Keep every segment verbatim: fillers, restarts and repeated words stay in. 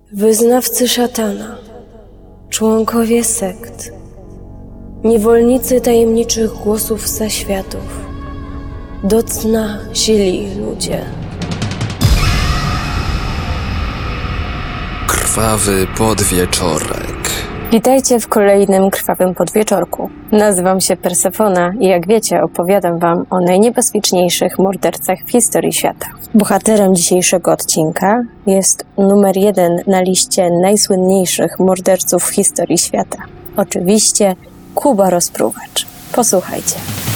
Wyznawcy szatana, członkowie sekt, niewolnicy tajemniczych głosów zaświatów, do cna sili ludzie. Krwawy podwieczorek. Witajcie w kolejnym krwawym podwieczorku. Nazywam się Persefona i jak wiecie, opowiadam wam o najniebezpieczniejszych mordercach w historii świata. Bohaterem dzisiejszego odcinka jest numer jeden na liście najsłynniejszych morderców w historii świata. Oczywiście Kuba Rozpruwacz. Posłuchajcie.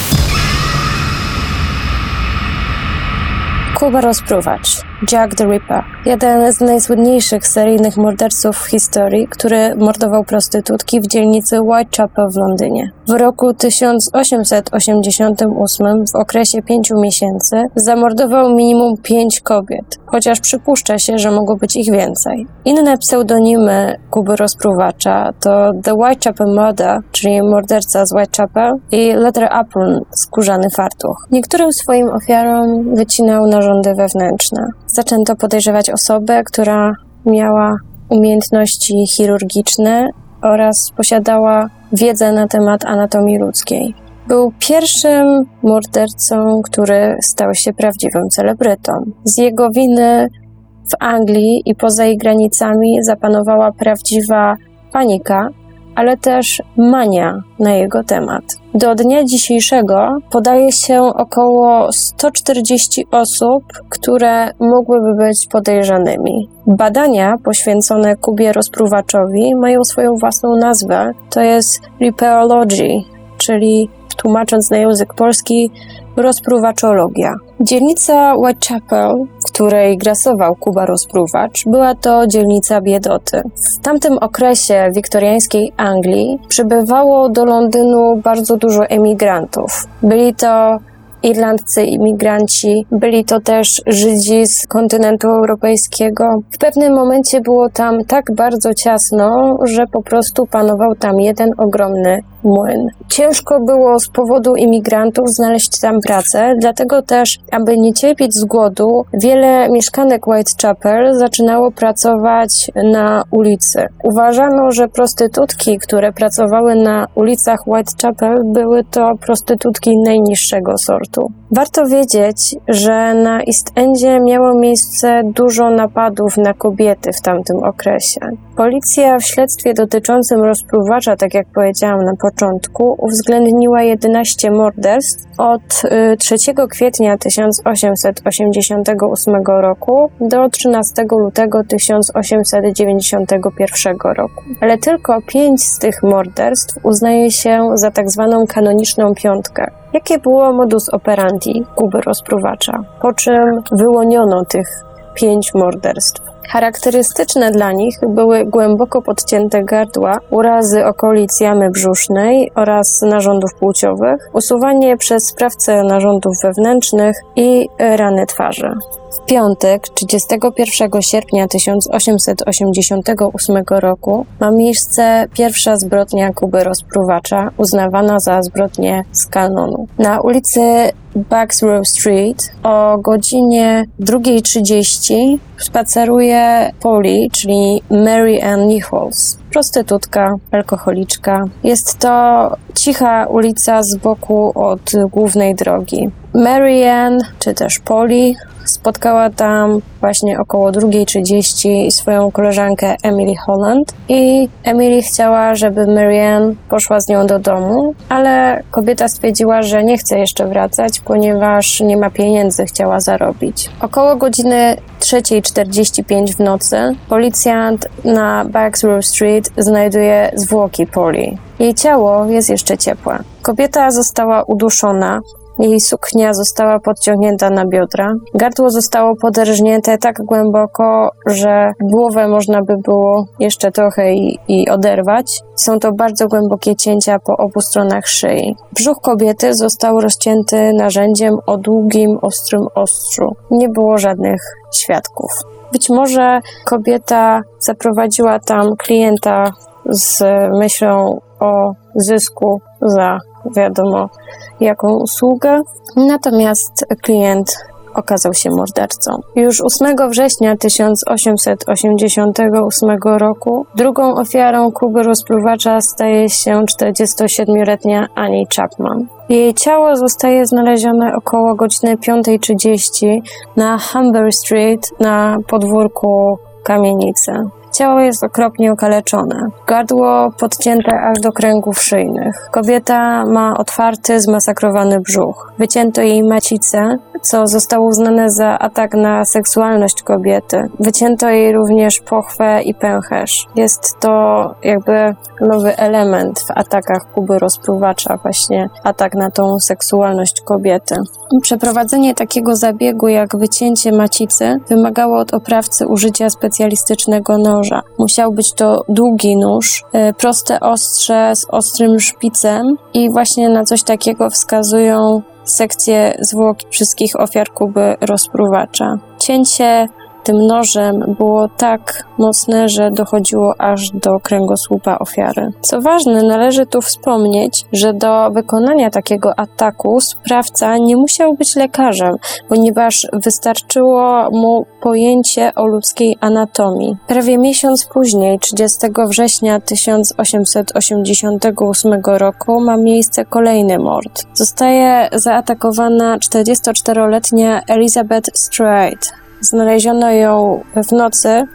Kuba Rozpruwacz, Jack the Ripper, jeden z najsłynniejszych seryjnych morderców w historii, który mordował prostytutki w dzielnicy Whitechapel w Londynie. W roku tysiąc osiemset osiemdziesiątym ósmym, w okresie pięciu miesięcy, zamordował minimum pięć kobiet, chociaż przypuszcza się, że mogło być ich więcej. Inne pseudonimy Kuby Rozpruwacza to The Whitechapel Murder, czyli morderca z Whitechapel, i Leather Apron, skórzany fartuch. Niektórym swoim ofiarom wycinał narządy wewnętrzne. Zaczęto podejrzewać osobę, która miała umiejętności chirurgiczne oraz posiadała wiedzę na temat anatomii ludzkiej. Był pierwszym mordercą, który stał się prawdziwym celebrytą. Z jego winy w Anglii i poza jej granicami zapanowała prawdziwa panika, ale też mania na jego temat. Do dnia dzisiejszego podaje się około sto czterdzieści osób, które mogłyby być podejrzanymi. Badania poświęcone Kubie Rozpruwaczowi mają swoją własną nazwę. To jest Ripperology, czyli tłumacząc na język polski rozpruwaczologia. Dzielnica Whitechapel, w której grasował Kuba Rozpruwacz, była to dzielnica biedoty. W tamtym okresie wiktoriańskiej Anglii przybywało do Londynu bardzo dużo emigrantów. Byli to Irlandcy imigranci, byli to też Żydzi z kontynentu europejskiego. W pewnym momencie było tam tak bardzo ciasno, że po prostu panował tam jeden ogromny młyn. Ciężko było z powodu imigrantów znaleźć tam pracę, dlatego też, aby nie cierpieć z głodu, wiele mieszkanek Whitechapel zaczynało pracować na ulicy. Uważano, że prostytutki, które pracowały na ulicach Whitechapel, były to prostytutki najniższego sortu. Warto wiedzieć, że na East Endzie miało miejsce dużo napadów na kobiety w tamtym okresie. Policja w śledztwie dotyczącym Rozpruwacza, tak jak powiedziałam na początku, uwzględniła jedenaście morderstw od trzeciego kwietnia tysiąc osiemset osiemdziesiątego ósmego roku do trzynastego lutego tysiąc osiemset dziewięćdziesiątego pierwszego roku. Ale tylko pięć z tych morderstw uznaje się za tak zwaną kanoniczną piątkę. Jakie było modus operandi Kuby Rozpruwacza? Po czym wyłoniono tych pięć morderstw? Charakterystyczne dla nich były głęboko podcięte gardła, urazy okolic jamy brzusznej oraz narządów płciowych, usuwanie przez sprawcę narządów wewnętrznych i rany twarzy. W piątek, trzydziestego pierwszego sierpnia tysiąc osiemset osiemdziesiątego ósmego roku ma miejsce pierwsza zbrodnia Kuby Rozpruwacza, uznawana za zbrodnię z kanonu. Na ulicy Bagsrow Street o godzinie drugiej trzydzieści spaceruje Polly, czyli Mary Ann Nichols, prostytutka, alkoholiczka. Jest to cicha ulica z boku od głównej drogi. Mary Ann, czy też Polly, spotkała tam właśnie około drugiej trzydzieści swoją koleżankę Emily Holland i Emily chciała, żeby Mary Ann poszła z nią do domu, ale kobieta stwierdziła, że nie chce jeszcze wracać, ponieważ nie ma pieniędzy, chciała zarobić. Około godziny trzeciej czterdzieści pięć w nocy policjant na Bagsrow Street znajduje zwłoki Polly. Jej ciało jest jeszcze ciepłe. Kobieta została uduszona. Jej suknia została podciągnięta na biodra. Gardło zostało poderżnięte tak głęboko, że głowę można by było jeszcze trochę i, i oderwać. Są to bardzo głębokie cięcia po obu stronach szyi. Brzuch kobiety został rozcięty narzędziem o długim, ostrym ostrzu. Nie było żadnych świadków. Być może kobieta zaprowadziła tam klienta z myślą o zysku za wiadomo jaką usługę, natomiast klient okazał się mordercą. Już ósmego września tysiąc osiemset osiemdziesiątego ósmego roku drugą ofiarą Kuby rozpruwacza staje się czterdziestosiedmioletnia Annie Chapman. Jej ciało zostaje znalezione około godziny piątej trzydzieści na Humber Street na podwórku kamienicy. Ciało jest okropnie okaleczone. Gardło podcięte aż do kręgów szyjnych. Kobieta ma otwarty, zmasakrowany brzuch. Wycięto jej macicę, co zostało uznane za atak na seksualność kobiety. Wycięto jej również pochwę i pęcherz. Jest to jakby nowy element w atakach Kuby rozpruwacza, właśnie atak na tą seksualność kobiety. Przeprowadzenie takiego zabiegu jak wycięcie macicy wymagało od oprawcy użycia specjalistycznego noża. Musiał być to długi nóż, proste ostrze z ostrym szpicem i właśnie na coś takiego wskazują sekcje zwłok wszystkich ofiar Kuby rozpruwacza. Cięcie tym nożem było tak mocne, że dochodziło aż do kręgosłupa ofiary. Co ważne, należy tu wspomnieć, że do wykonania takiego ataku sprawca nie musiał być lekarzem, ponieważ wystarczyło mu pojęcie o ludzkiej anatomii. Prawie miesiąc później, trzydziestego września tysiąc osiemset osiemdziesiątego ósmego roku, ma miejsce kolejny mord. Zostaje zaatakowana czterdziestoczteroletnia Elizabeth Stride. Znaleziono ją w nocy,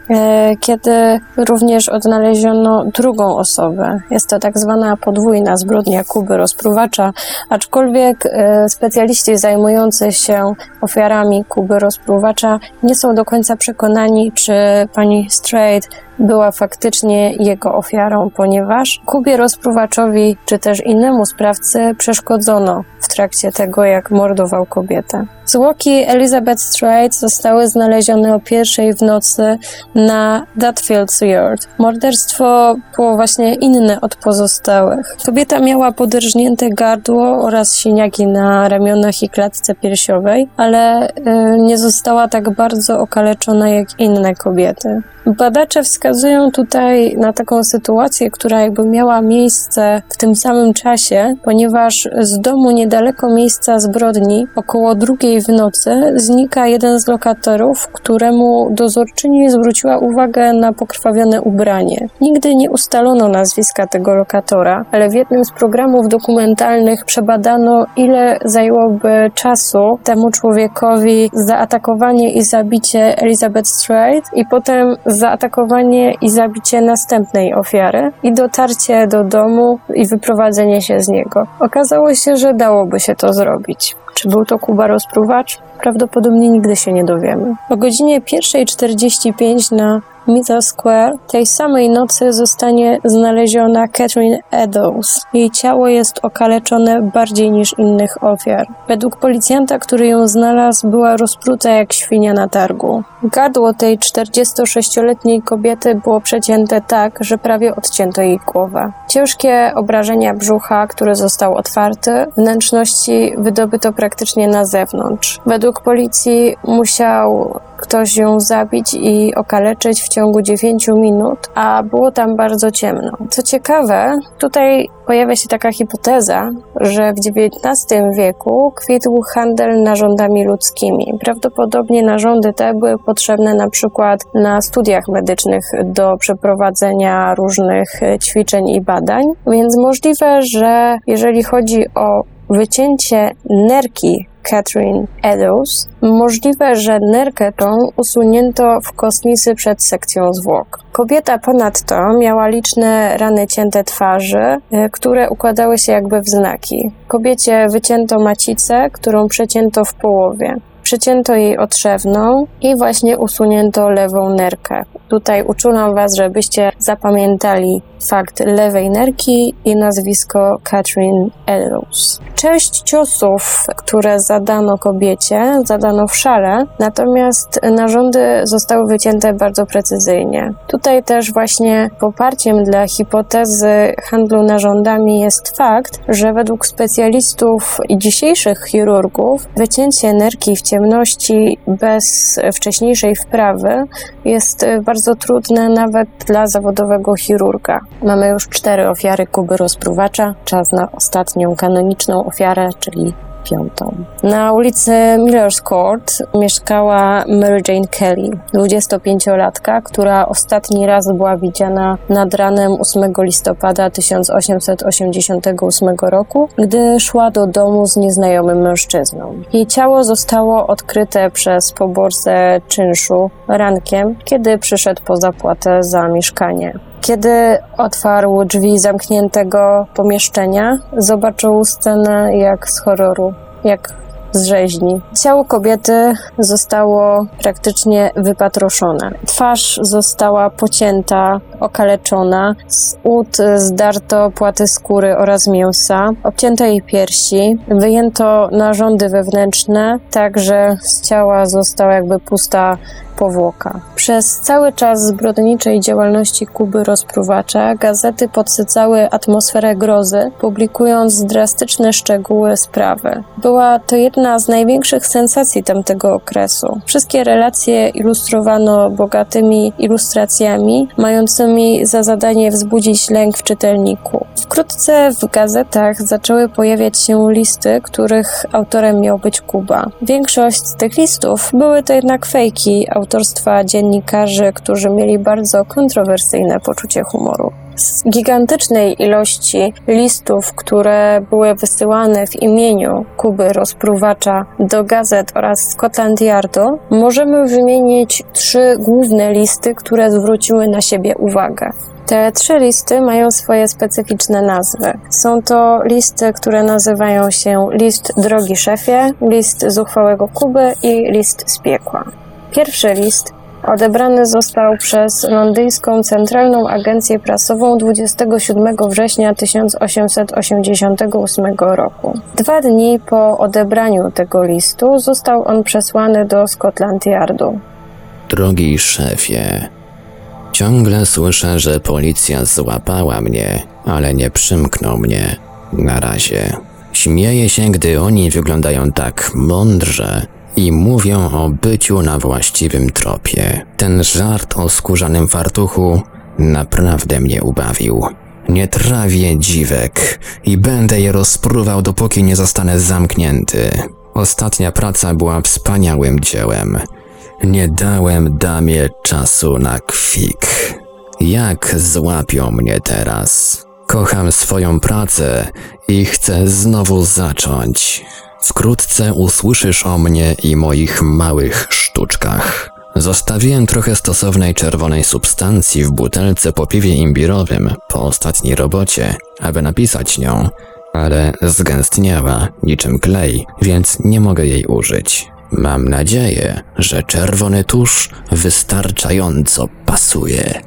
kiedy również odnaleziono drugą osobę. Jest to tak zwana podwójna zbrodnia Kuby rozpruwacza, aczkolwiek specjaliści zajmujący się ofiarami Kuby rozpruwacza nie są do końca przekonani, czy pani Stride była faktycznie jego ofiarą, ponieważ Kubie rozpruwaczowi czy też innemu sprawcy przeszkodzono w trakcie tego, jak mordował kobietę. Zwłoki Elizabeth Stride zostały znalezione o pierwszej w nocy na Dudfields Yard. Morderstwo było właśnie inne od pozostałych. Kobieta miała podrżnięte gardło oraz siniaki na ramionach i klatce piersiowej, ale y, nie została tak bardzo okaleczona jak inne kobiety. Badacze wskazują tutaj na taką sytuację, która jakby miała miejsce w tym samym czasie, ponieważ z domu niedaleko miejsca zbrodni, około drugiej w nocy, znika jeden z lokatorów, któremu dozorczyni zwróciła uwagę na pokrwawione ubranie. Nigdy nie ustalono nazwiska tego lokatora, ale w jednym z programów dokumentalnych przebadano, ile zajęłoby czasu temu człowiekowi zaatakowanie i zabicie Elizabeth Stride i potem zaatakowanie i zabicie następnej ofiary i dotarcie do domu i wyprowadzenie się z niego. Okazało się, że dałoby się to zrobić. Czy był to Kuba rozpruwacz? Prawdopodobnie nigdy się nie dowiemy. O godzinie pierwsza czterdzieści pięć na Middle Square tej samej nocy zostanie znaleziona Catherine Eddowes. Jej ciało jest okaleczone bardziej niż innych ofiar. Według policjanta, który ją znalazł, była rozpruta jak świnia na targu. Gardło tej czterdziestosześcioletniej kobiety było przecięte tak, że prawie odcięto jej głowę. Ciężkie obrażenia brzucha, który został otwarty, wnętrzności wydobyto praktycznie na zewnątrz. Według policji musiał ktoś ją zabić i okaleczyć w ciągu dziewięciu minut, a było tam bardzo ciemno. Co ciekawe, tutaj pojawia się taka hipoteza, że w dziewiętnastym wieku kwitł handel narządami ludzkimi. Prawdopodobnie narządy te były potrzebne na przykład na studiach medycznych do przeprowadzenia różnych ćwiczeń i badań, więc możliwe, że jeżeli chodzi o wycięcie nerki Catherine Eddowes, możliwe, że nerkę tą usunięto w kostnicy przed sekcją zwłok. Kobieta ponadto miała liczne rany cięte twarzy, które układały się jakby w znaki. Kobiecie wycięto macicę, którą przecięto w połowie. Przycięto jej otrzewną i właśnie usunięto lewą nerkę. Tutaj uczulam Was, żebyście zapamiętali fakt lewej nerki i nazwisko Catherine Eddowes. Część ciosów, które zadano kobiecie, zadano w szale, natomiast narządy zostały wycięte bardzo precyzyjnie. Tutaj też właśnie poparciem dla hipotezy handlu narządami jest fakt, że według specjalistów i dzisiejszych chirurgów wycięcie nerki w ciemności bez wcześniejszej wprawy jest bardzo trudne nawet dla zawodowego chirurga. Mamy już cztery ofiary Kuby rozpruwacza. Czas na ostatnią kanoniczną ofiarę, czyli piątą. Na ulicy Miller's Court mieszkała Mary Jane Kelly, dwudziestopięciolatka, która ostatni raz była widziana nad ranem ósmego listopada tysiąc osiemset osiemdziesiątego ósmego roku, gdy szła do domu z nieznajomym mężczyzną. Jej ciało zostało odkryte przez poborcę czynszu rankiem, kiedy przyszedł po zapłatę za mieszkanie. Kiedy otwarł drzwi zamkniętego pomieszczenia, zobaczył scenę jak z horroru, jak z rzeźni. Ciało kobiety zostało praktycznie wypatroszone. Twarz została pocięta, okaleczona, z ud zdarto płaty skóry oraz mięsa, obcięto jej piersi, wyjęto narządy wewnętrzne, tak że z ciała została jakby pusta powłoka. Przez cały czas zbrodniczej działalności Kuby rozpruwacza gazety podsycały atmosferę grozy, publikując drastyczne szczegóły sprawy. Była to jedna z największych sensacji tamtego okresu. Wszystkie relacje ilustrowano bogatymi ilustracjami, mającymi za zadanie wzbudzić lęk w czytelniku. Wkrótce w gazetach zaczęły pojawiać się listy, których autorem miał być Kuba. Większość z tych listów były to jednak fejki autorstwa dziennikarzy, którzy mieli bardzo kontrowersyjne poczucie humoru. Z gigantycznej ilości listów, które były wysyłane w imieniu Kuby rozpruwacza do gazet oraz Scotland Yardu, możemy wymienić trzy główne listy, które zwróciły na siebie uwagę. Te trzy listy mają swoje specyficzne nazwy. Są to listy, które nazywają się List Drogi Szefie, List Zuchwałego Kuby i List z Piekła. Pierwszy list odebrany został przez londyńską Centralną Agencję Prasową dwudziestego siódmego września tysiąc osiemset osiemdziesiątego ósmego roku. Dwa dni po odebraniu tego listu został on przesłany do Scotland Yardu. Drogi szefie, ciągle słyszę, że policja złapała mnie, ale nie przymknął mnie. Na razie. Śmieję się, gdy oni wyglądają tak mądrze i mówią o byciu na właściwym tropie. Ten żart o skórzanym fartuchu naprawdę mnie ubawił. Nie trawię dziwek i będę je rozpruwał, dopóki nie zostanę zamknięty. Ostatnia praca była wspaniałym dziełem. Nie dałem damie czasu na kwik. Jak złapią mnie teraz? Kocham swoją pracę i chcę znowu zacząć. Wkrótce usłyszysz o mnie i moich małych sztuczkach. Zostawiłem trochę stosownej czerwonej substancji w butelce po piwie imbirowym po ostatniej robocie, aby napisać nią, ale zgęstniała niczym klej, więc nie mogę jej użyć. Mam nadzieję, że czerwony tusz wystarczająco pasuje.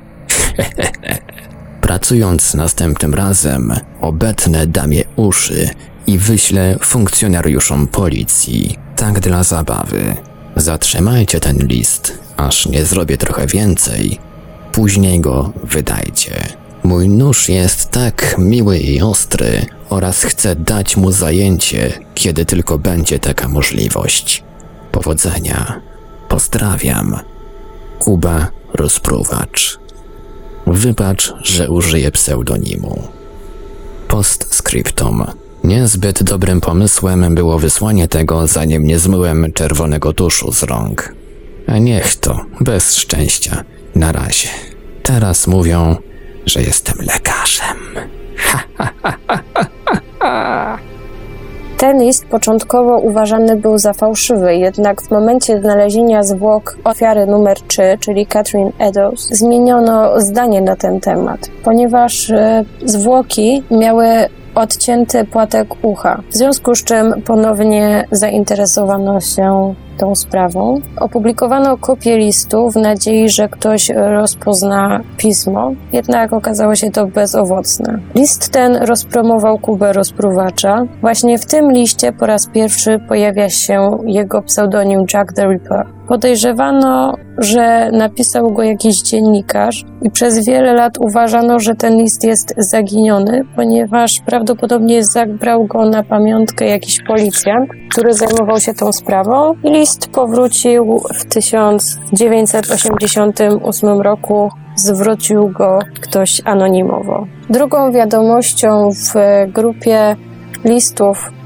Pracując następnym razem, obetnę damie uszy i wyślę funkcjonariuszom policji. Tak dla zabawy. Zatrzymajcie ten list, aż nie zrobię trochę więcej. Później go wydajcie. Mój nóż jest tak miły i ostry oraz chcę dać mu zajęcie, kiedy tylko będzie taka możliwość. Powodzenia. Pozdrawiam. Kuba rozpruwacz. Wybacz, że użyję pseudonimu. Postscriptum. Niezbyt dobrym pomysłem było wysłanie tego, zanim nie zmyłem czerwonego tuszu z rąk. A niech to, bez szczęścia. Na razie. Teraz mówią, że jestem lekarzem. Ha, ha, ha, ha, ha, ha. Ten list początkowo uważany był za fałszywy, jednak w momencie znalezienia zwłok ofiary numer trzy, czyli Catherine Eddowes, zmieniono zdanie na ten temat, ponieważ y, zwłoki miały odcięty płatek ucha, w związku z czym ponownie zainteresowano się tą sprawą. Opublikowano kopię listu w nadziei, że ktoś rozpozna pismo, jednak okazało się to bezowocne. List ten rozpromował Kubę rozpruwacza. Właśnie w tym liście po raz pierwszy pojawia się jego pseudonim Jack the Ripper. Podejrzewano, że napisał go jakiś dziennikarz i przez wiele lat uważano, że ten list jest zaginiony, ponieważ prawdopodobnie zabrał go na pamiątkę jakiś policjant, który zajmował się tą sprawą i list powrócił w tysiąc dziewięćset osiemdziesiątym ósmym roku. Zwrócił go ktoś anonimowo. Drugą wiadomością w grupie listów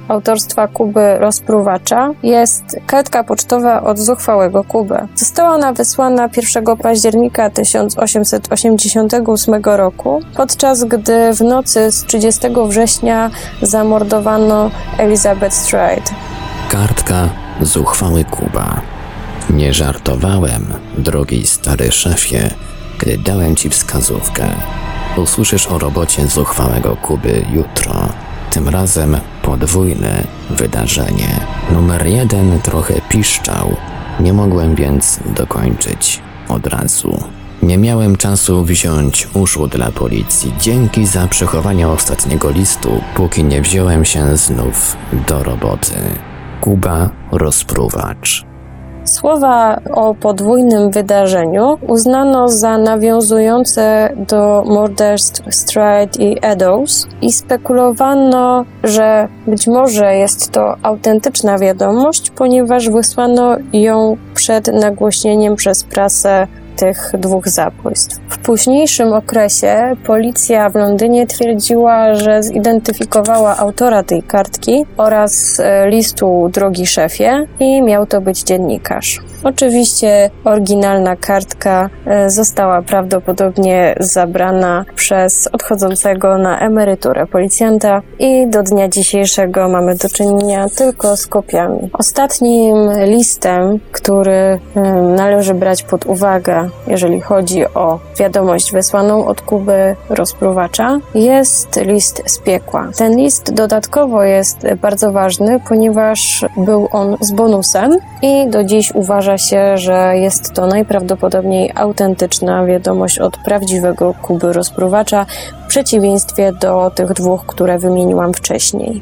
autorstwa Kuby Rozpruwacza jest kartka pocztowa od zuchwałego Kuby. Została ona wysłana pierwszego października tysiąc osiemset osiemdziesiątego ósmego roku, podczas gdy w nocy z trzydziestego września zamordowano Elizabeth Stride. Kartka zuchwały Kuba. Nie żartowałem, drogi stary szefie, gdy dałem ci wskazówkę. Usłyszysz o robocie zuchwałego Kuby jutro. Tym razem podwójne wydarzenie. Numer jeden trochę piszczał. Nie mogłem więc dokończyć od razu. Nie miałem czasu wziąć uszu dla policji. Dzięki za przechowanie ostatniego listu, póki nie wziąłem się znów do roboty. Kuba Rozpruwacz. Słowa o podwójnym wydarzeniu uznano za nawiązujące do morderstw Stride i Eddowes i spekulowano, że być może jest to autentyczna wiadomość, ponieważ wysłano ją przed nagłośnieniem przez prasę tych dwóch zabójstw. W późniejszym okresie policja w Londynie twierdziła, że zidentyfikowała autora tej kartki oraz listu Drogi szefie i miał to być dziennikarz. Oczywiście oryginalna kartka została prawdopodobnie zabrana przez odchodzącego na emeryturę policjanta i do dnia dzisiejszego mamy do czynienia tylko z kopiami. Ostatnim listem, który należy brać pod uwagę, jeżeli chodzi o wiadomość wysłaną od Kuby Rozpruwacza, jest list z piekła. Ten list dodatkowo jest bardzo ważny, ponieważ był on z bonusem i do dziś uważa się, że jest to najprawdopodobniej autentyczna wiadomość od prawdziwego Kuby Rozpruwacza, w przeciwieństwie do tych dwóch, które wymieniłam wcześniej.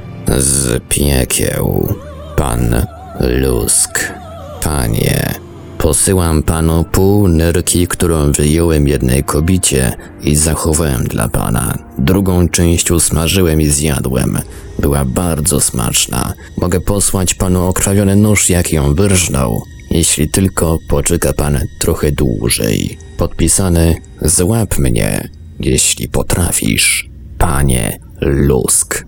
Z piekieł. Pan Lusk. Panie, posyłam panu pół nerki, którą wyjąłem jednej kobicie i zachowałem dla pana. Drugą część usmażyłem i zjadłem. Była bardzo smaczna. Mogę posłać panu okrwawiony nóż, jak ją wyrżnął, jeśli tylko poczeka pan trochę dłużej. Podpisany: złap mnie, jeśli potrafisz, panie Lusk.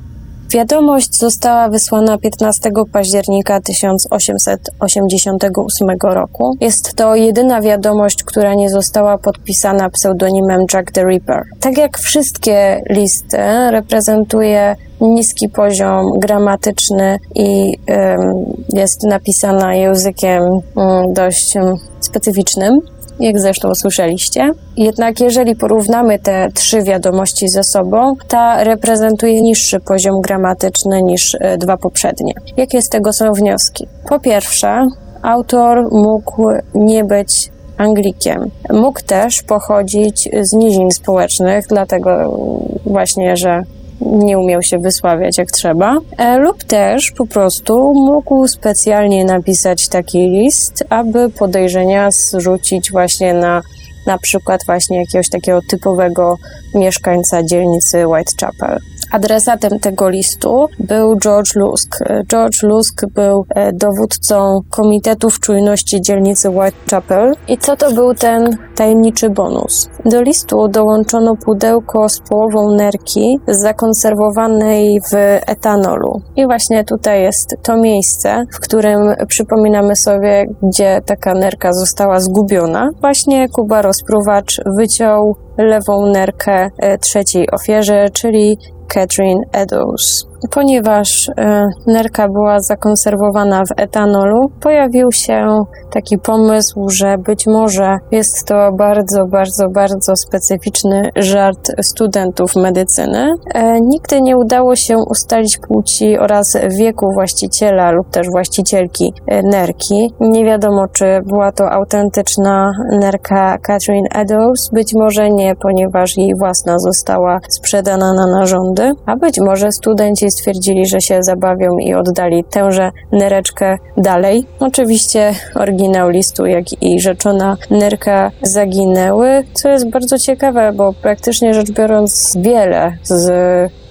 Wiadomość została wysłana piętnastego października tysiąc osiemset osiemdziesiątego ósmego roku. Jest to jedyna wiadomość, która nie została podpisana pseudonimem Jack the Ripper. Tak jak wszystkie listy, reprezentuje niski poziom gramatyczny i ym, jest napisana językiem ym, dość ym, specyficznym, jak zresztą słyszeliście. Jednak jeżeli porównamy te trzy wiadomości ze sobą, ta reprezentuje niższy poziom gramatyczny niż dwa poprzednie. Jakie z tego są wnioski? Po pierwsze, autor mógł nie być Anglikiem. Mógł też pochodzić z nizin społecznych, dlatego właśnie, że nie umiał się wysławiać jak trzeba, e, lub też po prostu mógł specjalnie napisać taki list, aby podejrzenia zrzucić właśnie na na przykład właśnie jakiegoś takiego typowego mieszkańca dzielnicy Whitechapel. Adresatem tego listu był George Lusk. George Lusk był dowódcą Komitetów Czujności dzielnicy Whitechapel. I co to był ten tajemniczy bonus? Do listu dołączono pudełko z połową nerki zakonserwowanej w etanolu. I właśnie tutaj jest to miejsce, w którym przypominamy sobie, gdzie taka nerka została zgubiona. Właśnie Kuba Rozpruwacz wyciął lewą nerkę trzeciej ofierze, czyli Catherine Eddowes. Ponieważ e, nerka była zakonserwowana w etanolu, pojawił się taki pomysł, że być może jest to bardzo, bardzo, bardzo specyficzny żart studentów medycyny. E, nigdy nie udało się ustalić płci oraz wieku właściciela lub też właścicielki e, nerki. Nie wiadomo, czy była to autentyczna nerka Catherine Eddowes. Być może nie, ponieważ jej własna została sprzedana na narządy, a być może studenci stwierdzili, że się zabawią i oddali tęże nereczkę dalej. Oczywiście oryginał listu, jak i rzeczona nerka zaginęły, co jest bardzo ciekawe, bo praktycznie rzecz biorąc wiele z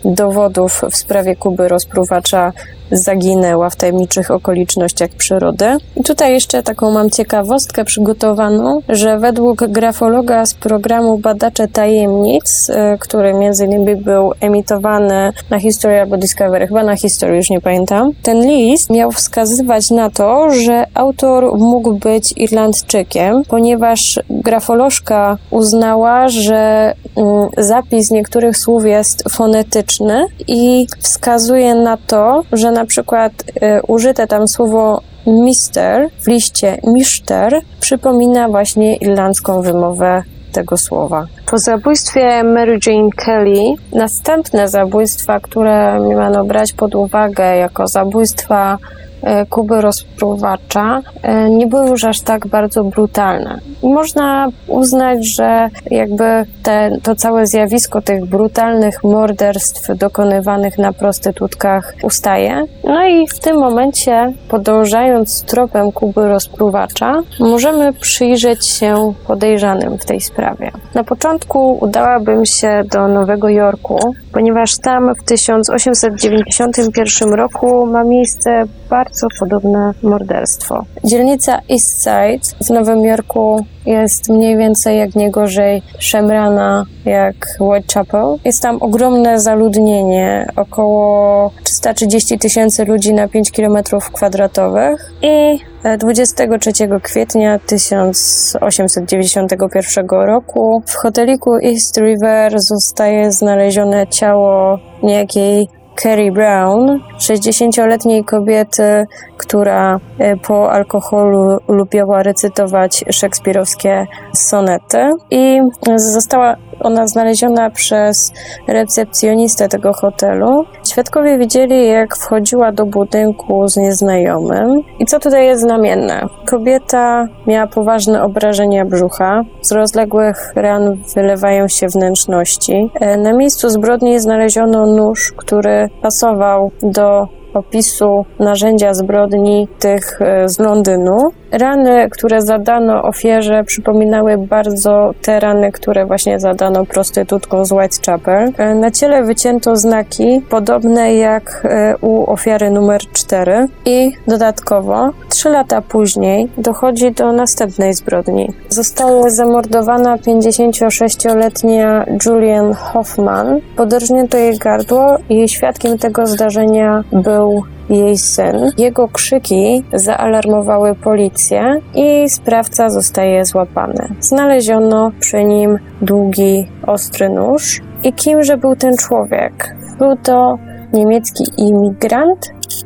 dowodów w sprawie Kuby Rozpruwacza zaginęła w tajemniczych okolicznościach przyrody. I tutaj jeszcze taką mam ciekawostkę przygotowaną, że według grafologa z programu Badacze Tajemnic, który między innymi był emitowany na History albo Discovery, chyba na History, już nie pamiętam, ten list miał wskazywać na to, że autor mógł być Irlandczykiem, ponieważ grafolożka uznała, że mm, zapis niektórych słów jest fonetyczny i wskazuje na to, że na przykład y, użyte tam słowo mister w liście mister przypomina właśnie irlandzką wymowę tego słowa. Po zabójstwie Mary Jane Kelly następne zabójstwa, które miano brać pod uwagę jako zabójstwa Kuby Rozpruwacza, nie były już aż tak bardzo brutalne. Można uznać, że jakby te, to całe zjawisko tych brutalnych morderstw dokonywanych na prostytutkach ustaje. No i w tym momencie, podążając tropem Kuby Rozpruwacza, możemy przyjrzeć się podejrzanym w tej sprawie. Na początku udałabym się do Nowego Jorku, ponieważ tam w tysiąc osiemset dziewięćdziesiątym pierwszym roku ma miejsce bardzo podobne morderstwo. Dzielnica East Side w Nowym Jorku jest mniej więcej jak nie gorzej szemrana jak Whitechapel. Jest tam ogromne zaludnienie, około trzysta trzydzieści tysięcy ludzi na pięć kilometrów kwadratowych i dwudziestego trzeciego kwietnia tysiąc osiemset dziewięćdziesiątego pierwszego roku w hoteliku East River zostaje znalezione ciało niejakiej Carrie Brown, sześćdziesięcioletniej kobiety, która po alkoholu lubiła recytować szekspirowskie sonety i została ona znaleziona przez recepcjonistę tego hotelu. Świadkowie widzieli, jak wchodziła do budynku z nieznajomym. I co tutaj jest znamienne? Kobieta miała poważne obrażenia brzucha, z rozległych ran wylewają się wnętrzności. Na miejscu zbrodni znaleziono nóż, który pasował do opisu narzędzia zbrodni tych z Londynu. Rany, które zadano ofierze, przypominały bardzo te rany, które właśnie zadano prostytutkom z Whitechapel. Na ciele wycięto znaki podobne jak u ofiary numer cztery i dodatkowo trzy lata później dochodzi do następnej zbrodni. Zostaje zamordowana pięćdziesięciosześcioletnia Julian Hoffman. Poderżnięto jej gardło i świadkiem tego zdarzenia był jej syn. Jego krzyki zaalarmowały policję i sprawca zostaje złapany. Znaleziono przy nim długi, ostry nóż. I kimże był ten człowiek? Był to niemiecki imigrant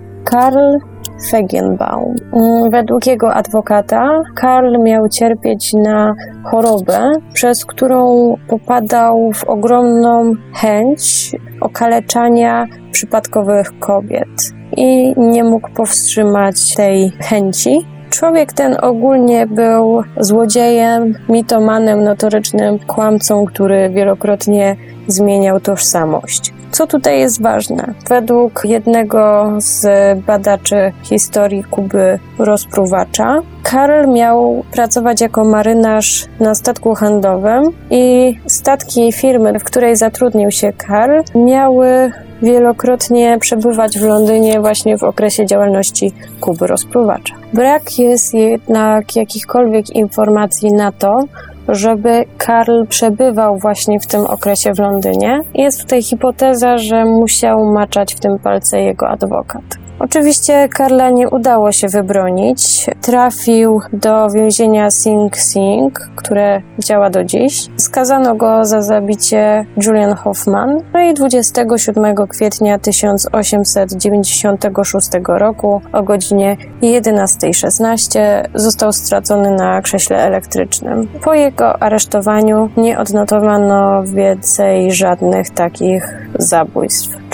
Karl Feigenbaum. Według jego adwokata Karl miał cierpieć na chorobę, przez którą popadał w ogromną chęć okaleczania przypadkowych kobiet i nie mógł powstrzymać tej chęci. Człowiek ten ogólnie był złodziejem, mitomanem, notorycznym kłamcą, który wielokrotnie zmieniał tożsamość. Co tutaj jest ważne? Według jednego z badaczy historii Kuby Rozpruwacza, Karl miał pracować jako marynarz na statku handlowym i statki firmy, w której zatrudnił się Karl, miały wielokrotnie przebywać w Londynie właśnie w okresie działalności Kuby Rozpruwacza. Brak jest jednak jakichkolwiek informacji na to, żeby Karl przebywał właśnie w tym okresie w Londynie. Jest tutaj hipoteza, że musiał maczać w tym palce jego adwokat. Oczywiście Karla nie udało się wybronić. Trafił do więzienia Sing Sing, które działa do dziś. Skazano go za zabicie Julian Hoffman. No i dwudziestego siódmego kwietnia tysiąc osiemset dziewięćdziesiątego szóstego roku o godzinie jedenastej szesnaście został stracony na krześle elektrycznym. Po jego aresztowaniu nie odnotowano więcej żadnych takich zabójstw.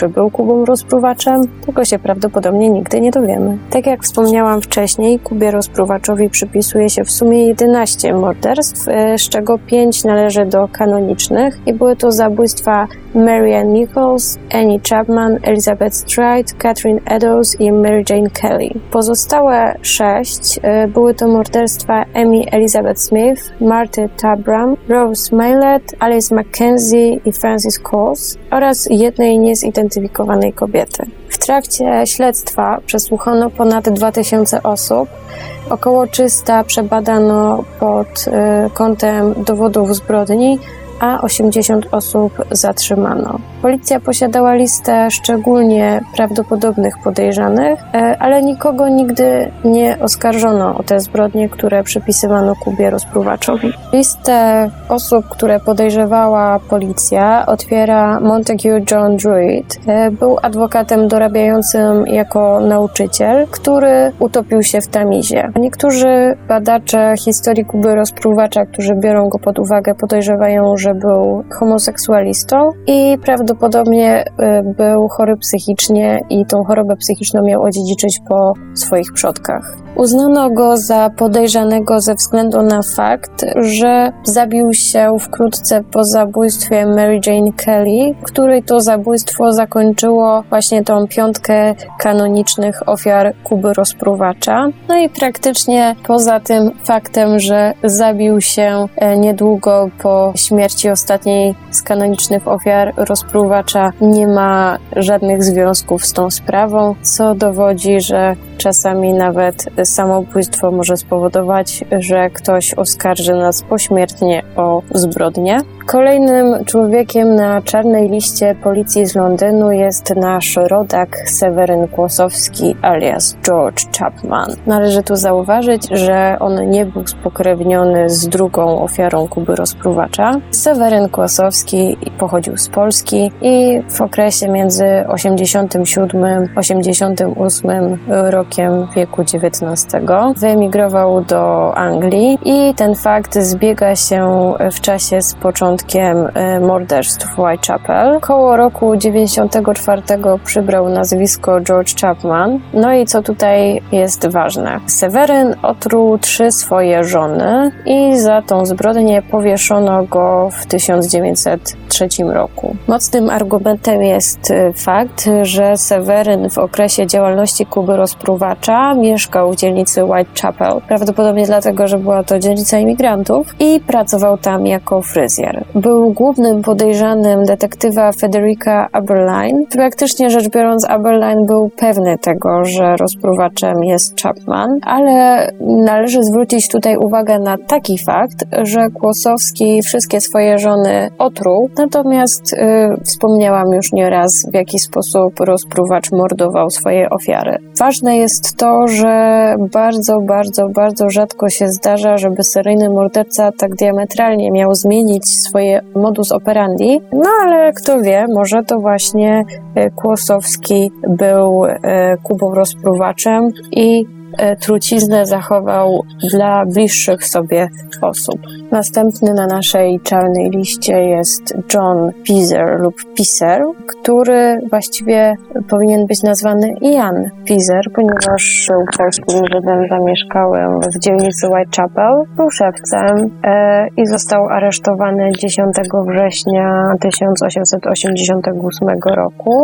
czy był Kubą rozpruwaczem, tego się prawdopodobnie nigdy nie dowiemy. Tak jak wspomniałam wcześniej, Kubie rozpruwaczowi przypisuje się w sumie jedenaście morderstw, z czego pięć należy do kanonicznych i były to zabójstwa Mary Ann Nichols, Annie Chapman, Elizabeth Stride, Catherine Eddowes i Mary Jane Kelly. Pozostałe sześć y, były to morderstwa Amy Elizabeth Smith, Marty Tabram, Rose Maillet, Alice Mackenzie i Francis Coles oraz jednej niezidentyfikowanej kobiety. W trakcie śledztwa przesłuchano ponad dwa tysiące osób, około trzysta przebadano pod y, kątem dowodów zbrodni, a osiemdziesiąt osób zatrzymano. Policja posiadała listę szczególnie prawdopodobnych podejrzanych, ale nikogo nigdy nie oskarżono o te zbrodnie, które przypisywano Kubie rozpruwaczowi. Listę osób, które podejrzewała policja, otwiera Montague John Druitt. Był adwokatem dorabiającym jako nauczyciel, który utopił się w Tamizie. Niektórzy badacze historii Kuby rozpruwacza, którzy biorą go pod uwagę, podejrzewają, że był homoseksualistą i prawdopodobnie był chory psychicznie i tą chorobę psychiczną miał odziedziczyć po swoich przodkach. Uznano go za podejrzanego ze względu na fakt, że zabił się wkrótce po zabójstwie Mary Jane Kelly, której to zabójstwo zakończyło właśnie tą piątkę kanonicznych ofiar Kuby rozpruwacza. No i praktycznie poza tym faktem, że zabił się niedługo po śmierci ostatniej z kanonicznych ofiar rozpruwacza, nie ma żadnych związków z tą sprawą, co dowodzi, że czasami nawet samobójstwo może spowodować, że ktoś oskarży nas pośmiertnie o zbrodnię. Kolejnym człowiekiem na czarnej liście policji z Londynu jest nasz rodak Seweryn Kłosowski alias George Chapman. Należy tu zauważyć, że on nie był spokrewniony z drugą ofiarą Kuby rozpruwacza. Seweryn Kłosowski pochodził z Polski i w okresie między osiemdziesiątym siódmym a osiemdziesiątym ósmym rokiem wieku dziewiętnastego wyemigrował do Anglii i ten fakt zbiega się w czasie z początkiem morderstw w Whitechapel. Koło roku dziewięćdziesiątego czwartego przybrał nazwisko George Chapman. No i co tutaj jest ważne? Seweryn otruł trzy swoje żony i za tą zbrodnię powieszono go w tysiąc dziewięćset trzecim roku. Mocnym argumentem jest fakt, że Seweryn w okresie działalności Kuby rozpruwacza mieszkał w dzielnicy Whitechapel, prawdopodobnie dlatego, że była to dzielnica imigrantów i pracował tam jako fryzjer. Był głównym podejrzanym detektywa Frederica Aberline. Praktycznie rzecz biorąc, Aberline był pewny tego, że rozpruwaczem jest Chapman, ale należy zwrócić tutaj uwagę na taki fakt, że Kłosowski wszystkie swoje żony otruł, natomiast yy, wspomniałam już nieraz, w jaki sposób rozpruwacz mordował swoje ofiary. Ważne jest to, że bardzo, bardzo, bardzo rzadko się zdarza, żeby seryjny morderca tak diametralnie miał zmienić swoje modus operandi, no ale kto wie, może to właśnie Kłosowski był Kubą rozpruwaczem i truciznę zachował dla bliższych sobie osób. Następny na naszej czarnej liście jest John Pizer lub Piser, który właściwie powinien być nazwany Jan Pizer, ponieważ był polskim Żydem zamieszkałym w dzielnicy Whitechapel, był szewcem e, i został aresztowany dziesiątego września tysiąc osiemset osiemdziesiątego ósmego roku.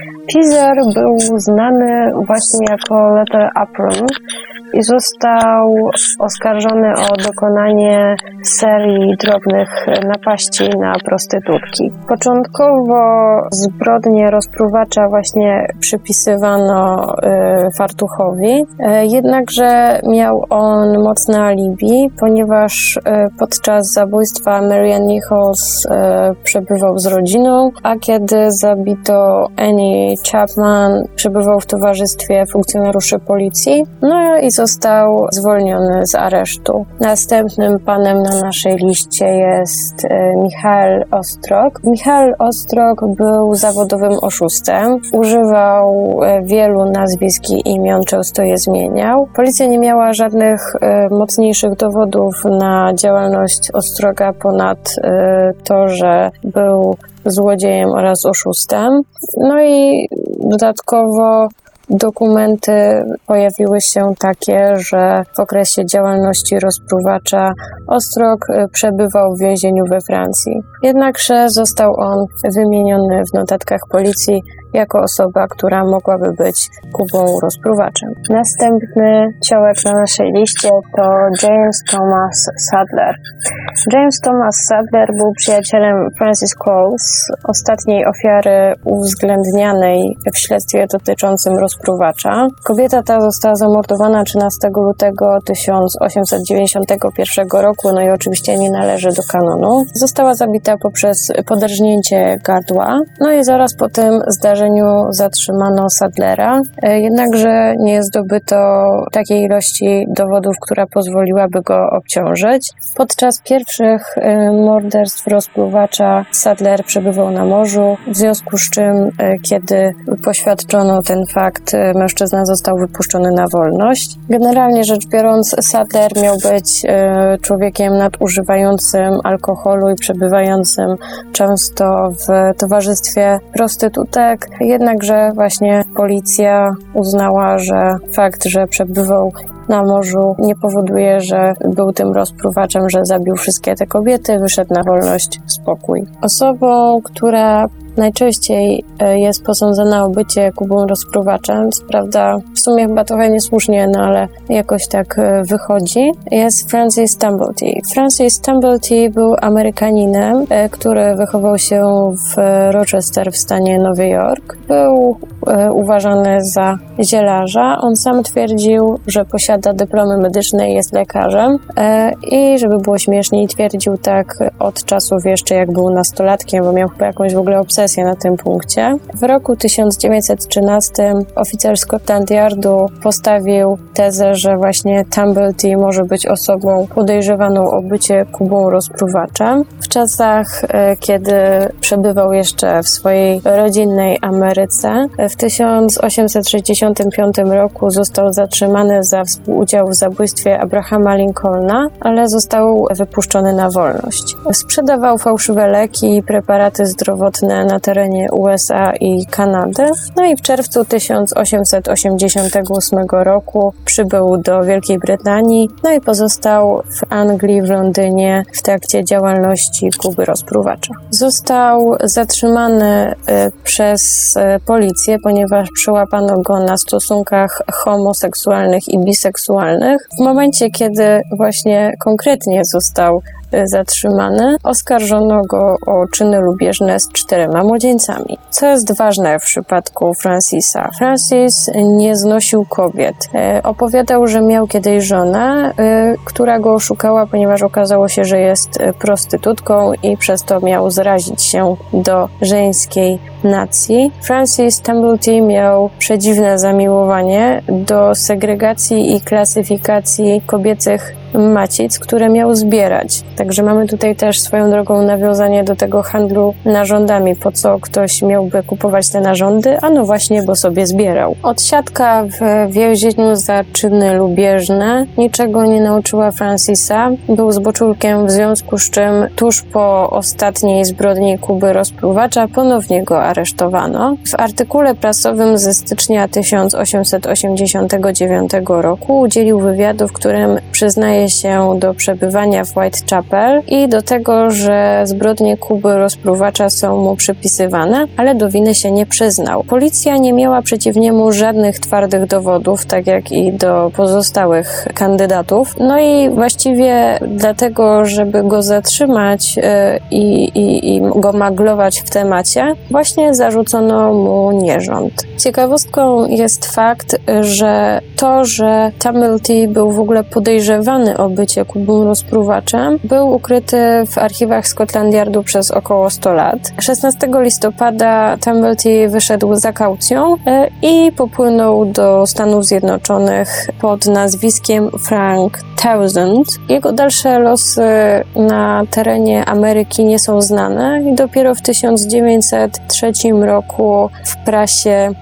Pizer był znany właśnie jako Letter Apron i został oskarżony o dokonanie serii drobnych napaści na prostytutki. Początkowo zbrodnię rozpruwacza właśnie przypisywano y, fartuchowi, y, jednakże miał on mocne alibi, ponieważ y, podczas zabójstwa Mary Ann Nichols y, przebywał z rodziną, a kiedy zabito Annie Chapman, przebywał w towarzystwie funkcjonariuszy policji, no i został zwolniony z aresztu. Następnym panem na naszej liście jest Michał Ostrog. Michał Ostrog był zawodowym oszustem. Używał wielu nazwisk i imion, często je zmieniał. Policja nie miała żadnych mocniejszych dowodów na działalność Ostroga ponad to, że był złodziejem oraz oszustem. No i dodatkowo dokumenty pojawiły się takie, że w okresie działalności rozpruwacza Ostrog przebywał w więzieniu we Francji. Jednakże został on wymieniony w notatkach policji jako osoba, która mogłaby być Kubą rozpruwaczem. Następny ciołek na naszej liście to James Thomas Sadler. James Thomas Sadler był przyjacielem Frances Coles, ostatniej ofiary uwzględnianej w śledztwie dotyczącym rozpruwacza. Kobieta ta została zamordowana trzynastego lutego tysiąc osiemset dziewięćdziesiątego pierwszego roku, no i oczywiście nie należy do kanonu. Została zabita poprzez poderżnięcie gardła, no i zaraz po tym zdarzeniu zatrzymano Sadlera, jednakże nie zdobyto takiej ilości dowodów, która pozwoliłaby go obciążyć. Podczas pierwszych morderstw rozpruwacza Sadler przebywał na morzu, w związku z czym, kiedy poświadczono ten fakt, mężczyzna został wypuszczony na wolność. Generalnie rzecz biorąc, Sadler miał być człowiekiem nadużywającym alkoholu i przebywającym często w towarzystwie prostytutek, jednakże właśnie policja uznała, że fakt, że przebywał na morzu nie powoduje, że był tym rozpruwaczem, że zabił wszystkie te kobiety, wyszedł na wolność, spokój. Osobą, która najczęściej jest posądzona o bycie Kubą rozpruwaczem, co prawda w sumie chyba trochę niesłusznie, no ale jakoś tak wychodzi, jest Francis Tumblety. Francis Tumblety był Amerykaninem, który wychował się w Rochester w stanie Nowy Jork. Był uważany za zielarza. On sam twierdził, że posiada dyplomy medyczne i jest lekarzem i żeby było śmieszniej, twierdził tak od czasów jeszcze jak był nastolatkiem, bo miał chyba jakąś w ogóle obsesję na tym punkcie. W roku tysiąc dziewięćset trzynastym oficer Scotland Yardu postawił tezę, że właśnie Tumblety może być osobą podejrzewaną o bycie Kubą rozpruwaczem. W czasach, kiedy przebywał jeszcze w swojej rodzinnej Ameryce, w tysiąc osiemset sześćdziesiątym piątym roku został zatrzymany za współudział w zabójstwie Abrahama Lincolna, ale został wypuszczony na wolność. Sprzedawał fałszywe leki i preparaty zdrowotne na terenie U S A i Kanady. No i w czerwcu tysiąc osiemset osiemdziesiątego ósmego roku przybył do Wielkiej Brytanii, no i pozostał w Anglii, w Londynie w trakcie działalności Kuby rozpruwacza. Został zatrzymany przez policję, ponieważ przyłapano go na stosunkach homoseksualnych i biseksualnych. W momencie, kiedy właśnie konkretnie został zatrzymany, oskarżono go o czyny lubieżne z czterema młodzieńcami. Co jest ważne w przypadku Francisa? Francis nie znosił kobiet. E, opowiadał, że miał kiedyś żonę, e, która go oszukała, ponieważ okazało się, że jest prostytutką i przez to miał zrazić się do żeńskiej nacji. Francis Tumblety miał przedziwne zamiłowanie do segregacji i klasyfikacji kobiecych macic, które miał zbierać. Także mamy tutaj też swoją drogą nawiązanie do tego handlu narządami. Po co ktoś miałby kupować te narządy? A no właśnie, bo sobie zbierał. Odsiadka w więzieniu za czyny lubieżne niczego nie nauczyła Francisa. Był zboczulkiem, w związku z czym tuż po ostatniej zbrodni Kuby rozpruwacza ponownie go aresztowano. W artykule prasowym ze stycznia tysiąc osiemset osiemdziesiątego dziewiątego roku udzielił wywiadu, w którym przyznaje się do przebywania w Whitechapel i do tego, że zbrodnie Kuby rozpruwacza są mu przypisywane, ale do winy się nie przyznał. Policja nie miała przeciw niemu żadnych twardych dowodów, tak jak i do pozostałych kandydatów. No i właściwie dlatego, żeby go zatrzymać yy, i, i go maglować w temacie, właśnie zarzucono mu nierząd. Ciekawostką jest fakt, że to, że Tumblety był w ogóle podejrzewany o bycie Kubą rozpruwaczem, był ukryty w archiwach Scotland Yardu przez około sto lat. szesnastego listopada Tumblety wyszedł za kaucją i popłynął do Stanów Zjednoczonych pod nazwiskiem Frank Townsend. Jego dalsze losy na terenie Ameryki nie są znane i dopiero w tysiąc dziewięćset trzecim roku w prasie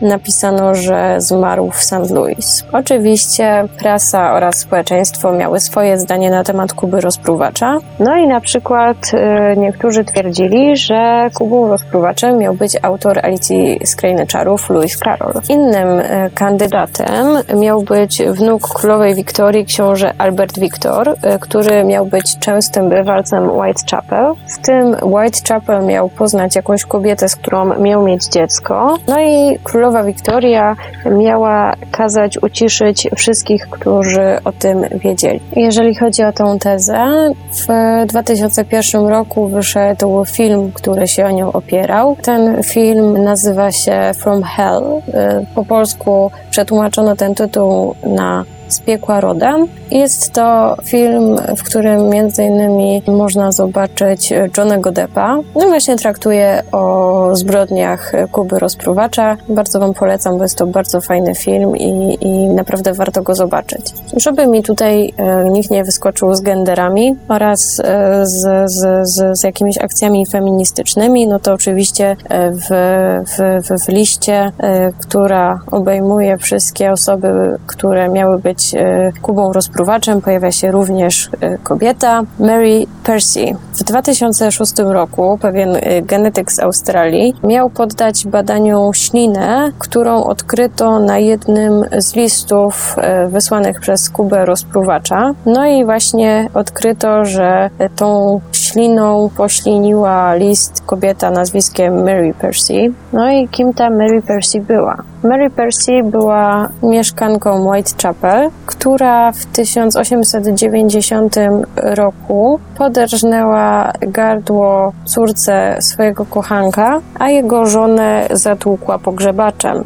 napisano, że zmarł w Saint Louis. Oczywiście prasa oraz społeczeństwo miały swoje zdanie na temat Kuby Rozpruwacza. No i na przykład y, niektórzy twierdzili, że Kubą Rozpruwaczem miał być autor Alicji z Krainy Czarów, Lewis Carroll. Innym y, kandydatem miał być wnuk królowej Wiktorii, książę Albert Victor, y, który miał być częstym bywalcem Whitechapel. W tym Whitechapel miał poznać jakąś kobietę, z którą miał mieć dziecko. No i królowa Wiktoria miała kazać uciszyć wszystkich, którzy o tym wiedzieli. Jeżeli chodzi o tą tezę, w dwa tysiące pierwszym roku wyszedł film, który się o nią opierał. Ten film nazywa się From Hell. Po polsku przetłumaczono ten tytuł na Z piekła rodem. Jest to film, w którym między innymi można zobaczyć Johnnego Deppa. No właśnie traktuje o zbrodniach Kuby Rozpruwacza. Bardzo wam polecam, bo jest to bardzo fajny film i, i naprawdę warto go zobaczyć. Żeby mi tutaj e, nikt nie wyskoczył z genderami oraz e, z, z, z, z jakimiś akcjami feministycznymi, no to oczywiście e, w, w, w, w liście, e, która obejmuje wszystkie osoby, które miały być Kubą Rozpruwaczem, pojawia się również kobieta Mary Percy. W dwa tysiące szóstym roku pewien genetyk z Australii miał poddać badaniu ślinę, którą odkryto na jednym z listów wysłanych przez Kubę Rozpruwacza. No i właśnie odkryto, że tą śliną pośliniła list kobieta nazwiskiem Mary Percy. No i kim ta Mary Percy była? Mary Percy była mieszkanką Whitechapel, która w tysiąc osiemset dziewięćdziesiątym roku poderżnęła gardło córce swojego kochanka, a jego żonę zatłukła pogrzebaczem.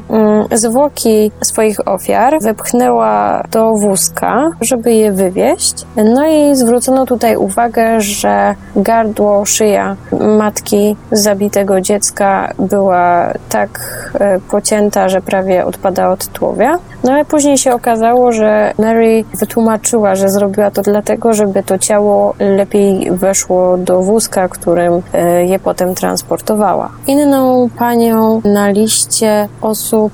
Zwłoki swoich ofiar wepchnęła do wózka, żeby je wywieźć. No i zwrócono tutaj uwagę, że gardło, szyja matki zabitego dziecka była tak pocięta, że prawie odpada od tułowia. No ale później się okazało, że Mary wytłumaczyła, że zrobiła to dlatego, żeby to ciało lepiej weszło do wózka, którym je potem transportowała. Inną panią na liście osób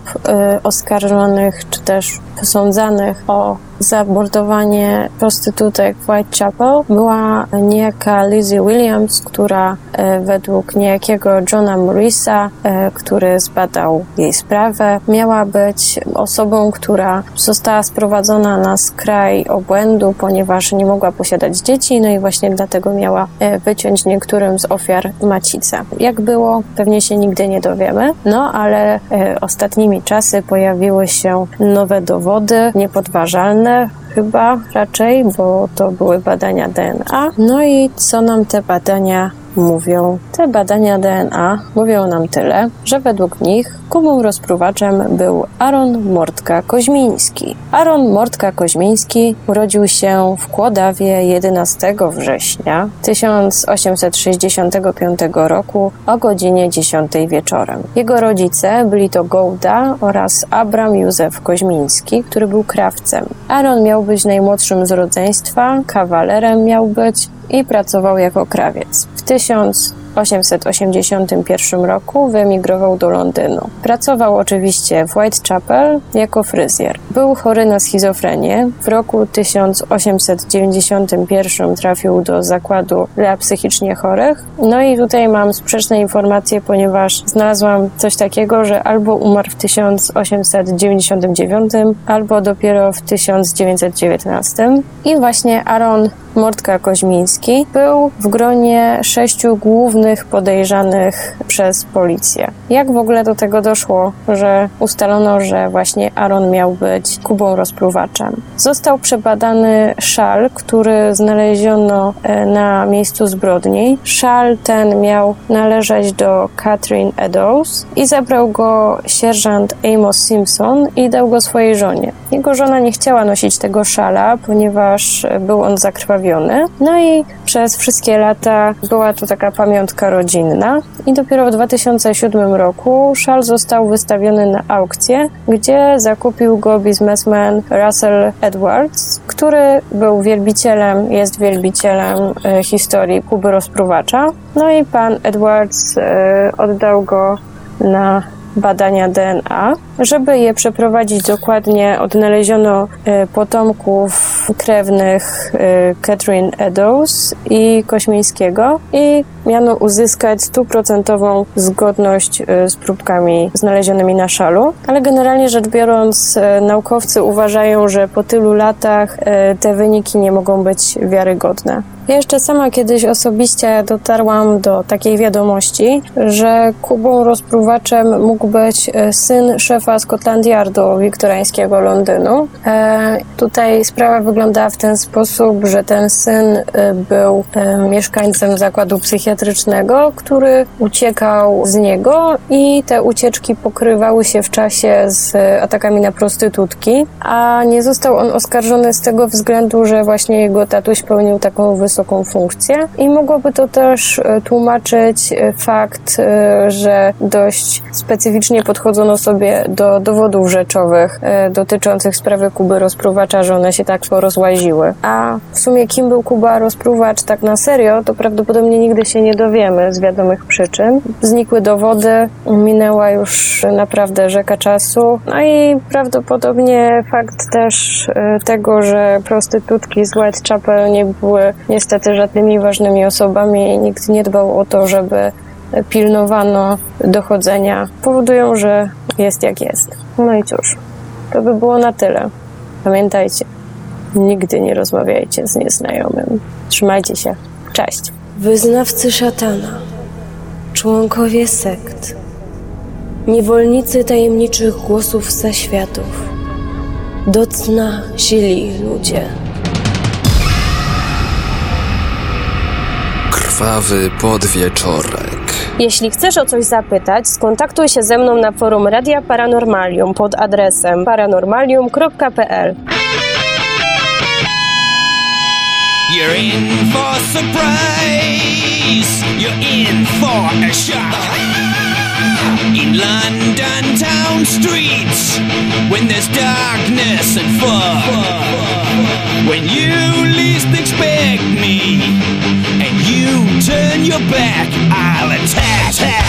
oskarżonych czy też posądzanych o zamordowanie prostytutek w Whitechapel była niejaka Lizzie Williams, która e, według niejakiego Johna Morrisa, e, który zbadał jej sprawę, miała być osobą, która została sprowadzona na skraj obłędu, ponieważ nie mogła posiadać dzieci, no i właśnie dlatego miała e, wyciąć niektórym z ofiar macicę. Jak było, pewnie się nigdy nie dowiemy, no ale e, ostatnimi czasy pojawiły się nowe dowody, niepodważalne, chyba raczej, bo to były badania D N A. No i co nam te badania mówią? Te badania D N A mówią nam tyle, że według nich Kubą Rozpruwaczem był Aaron Mordka Koźmiński. Aaron Mordka Koźmiński urodził się w Kłodawie jedenastego września tysiąc osiemset sześćdziesiątego piątego roku o godzinie dziesiątej wieczorem. Jego rodzice byli to Gołda oraz Abram Józef Koźmiński, który był krawcem. Aaron miał być najmłodszym z rodzeństwa, kawalerem miał być i pracował jako krawiec. W tysiąc osiemset osiemdziesiątym pierwszym roku wyemigrował do Londynu. Pracował oczywiście w Whitechapel jako fryzjer. Był chory na schizofrenię. W roku tysiąc osiemset dziewięćdziesiątym pierwszym trafił do zakładu dla psychicznie chorych. No i tutaj mam sprzeczne informacje, ponieważ znalazłam coś takiego, że albo umarł w tysiąc osiemset dziewięćdziesiątym dziewiątym, albo dopiero w tysiąc dziewięćset dziewiętnastym. I właśnie Aaron Mordka Koźmiński był w gronie sześciu głównych podejrzanych przez policję. Jak w ogóle do tego doszło, że ustalono, że właśnie Aaron miał być Kubą Rozpruwaczem? Został przebadany szal, który znaleziono na miejscu zbrodni. Szal ten miał należeć do Catherine Eddowes i zabrał go sierżant Amos Simpson i dał go swojej żonie. Jego żona nie chciała nosić tego szala, ponieważ był on zakrwawiony. No i przez wszystkie lata była to taka pamiątka rodzinna i dopiero w dwa tysiące siódmym roku szal został wystawiony na aukcję, gdzie zakupił go biznesmen Russell Edwards, który był wielbicielem, jest wielbicielem e, historii Kuby Rozpruwacza. No i pan Edwards e, oddał go na badania D N A. Żeby je przeprowadzić dokładnie, odnaleziono e, potomków krewnych e, Catherine Eddowes i Koźmińskiego i miano uzyskać stuprocentową zgodność e, z próbkami znalezionymi na szalu. Ale generalnie rzecz biorąc, e, naukowcy uważają, że po tylu latach e, te wyniki nie mogą być wiarygodne. Ja jeszcze sama kiedyś osobiście dotarłam do takiej wiadomości, że Kubą rozpruwaczem mógł być syn szefa Scotland Yardu wiktoriańskiego Londynu. E, tutaj sprawa wyglądała w ten sposób, że ten syn był e, mieszkańcem zakładu psychiatrycznego, który uciekał z niego i te ucieczki pokrywały się w czasie z atakami na prostytutki, a nie został on oskarżony z tego względu, że właśnie jego tatuś pełnił taką wysoką wysoką funkcję i mogłoby to też tłumaczyć fakt, że dość specyficznie podchodzono sobie do dowodów rzeczowych dotyczących sprawy Kuby Rozpruwacza, że one się tak porozłaziły. A w sumie kim był Kuba Rozpruwacz tak na serio, to prawdopodobnie nigdy się nie dowiemy z wiadomych przyczyn. Znikły dowody, minęła już naprawdę rzeka czasu, no i prawdopodobnie fakt też tego, że prostytutki z Whitechapel nie były niestety żadnymi ważnymi osobami i nikt nie dbał o to, żeby pilnowano dochodzenia, powodują, że jest jak jest. No i cóż, to by było na tyle. Pamiętajcie, nigdy nie rozmawiajcie z nieznajomym. Trzymajcie się. Cześć. Wyznawcy szatana, członkowie sekt, niewolnicy tajemniczych głosów zaświatów, do cna źli ludzie. Krwawy podwieczorek. Jeśli chcesz o coś zapytać, skontaktuj się ze mną na forum Radia Paranormalium pod adresem paranormalium kropka p l. You're in for a surprise. You're in for a shock. In London town streets, when there's darkness and fog, when you least expect me, and you turn your back, I'll attack.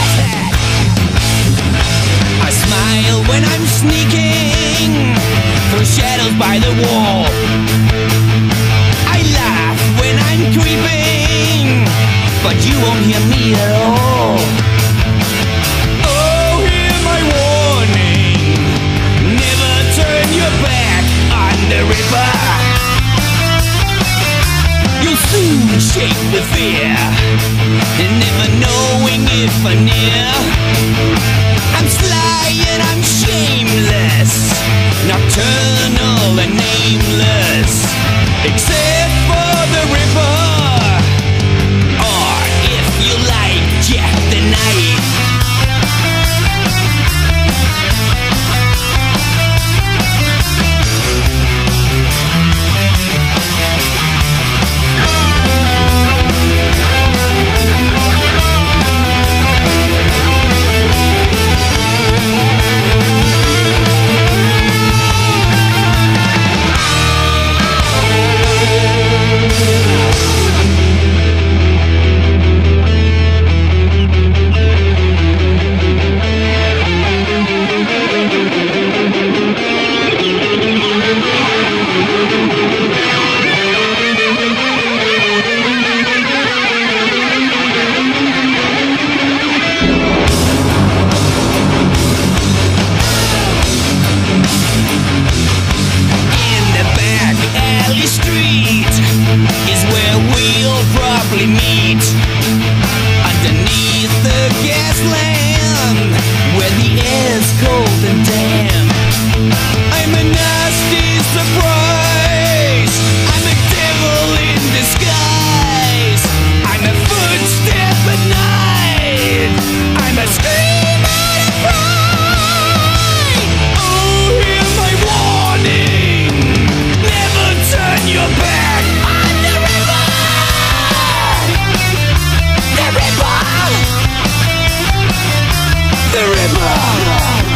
I smile when I'm sneaking through shadows by the wall. I laugh when I'm creeping, but you won't hear me at all. Oh, hear my warning, never turn your back on the river. You'll soon shake with fear, and never knowing if I'm near. I'm sly and I'm shameless, nocturnal and nameless, except for the river, or if you like, Jack the Knife. The river!